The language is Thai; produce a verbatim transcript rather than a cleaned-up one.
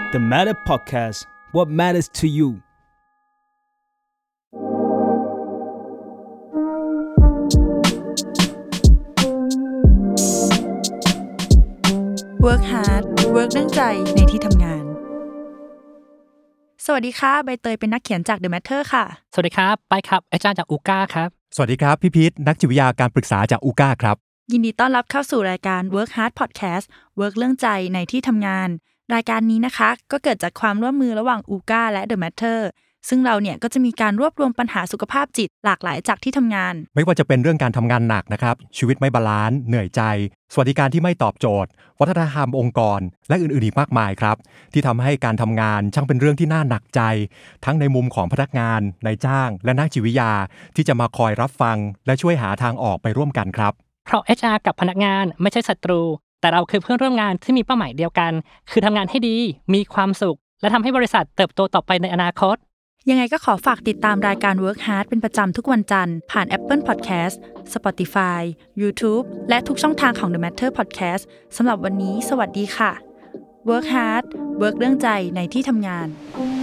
The Matter Podcast What matters to you Work hard work เรื่องใจในที่ทำงานสวัสดีค่ะใบเตยเป็นนักเขียนจาก The Matter ค่ะสวัสดีครับไปครับอาจารย์จากอูก้าครับสวัสดีครับพี่พีทนักจิตวิทยาการปรึกษาจากอูก้าครับยินดีต้อนรับเข้าสู่รายการ Work hard podcast work เรื่องใจในที่ทำงานรายการนี้นะคะก็เกิดจากความร่วมมือระหว่างอูก้าและ The Matter ซึ่งเราเนี่ยก็จะมีการรวบรวมปัญหาสุขภาพจิตหลากหลายจากที่ทำงานไม่ว่าจะเป็นเรื่องการทำงานหนักนะครับชีวิตไม่บาลานซ์เหนื่อยใจสวัสดิการที่ไม่ตอบโจทย์วัฒนธรรมองค์กรและอื่นๆอีกมากมายครับที่ทำให้การทำงานช่างเป็นเรื่องที่น่าหนักใจทั้งในมุมของพนักงานนายจ้างและนักจิตวิทยาที่จะมาคอยรับฟังและช่วยหาทางออกไปร่วมกันครับเพราะ เอช อาร์ กับพนักงานไม่ใช่ศัตรูแต่เราคือเพื่อนร่วมงานที่มีเป้าหมายเดียวกันคือทำงานให้ดีมีความสุขและทำให้บริษัทเติบโตต่อไปในอนาคตยังไงก็ขอฝากติดตามรายการ Work Hard เป็นประจำทุกวันจันทร์ผ่าน Apple Podcast Spotify YouTube และทุกช่องทางของ The Matter Podcast สำหรับวันนี้สวัสดีค่ะ Work Hard Work เรื่องใจในที่ทำงาน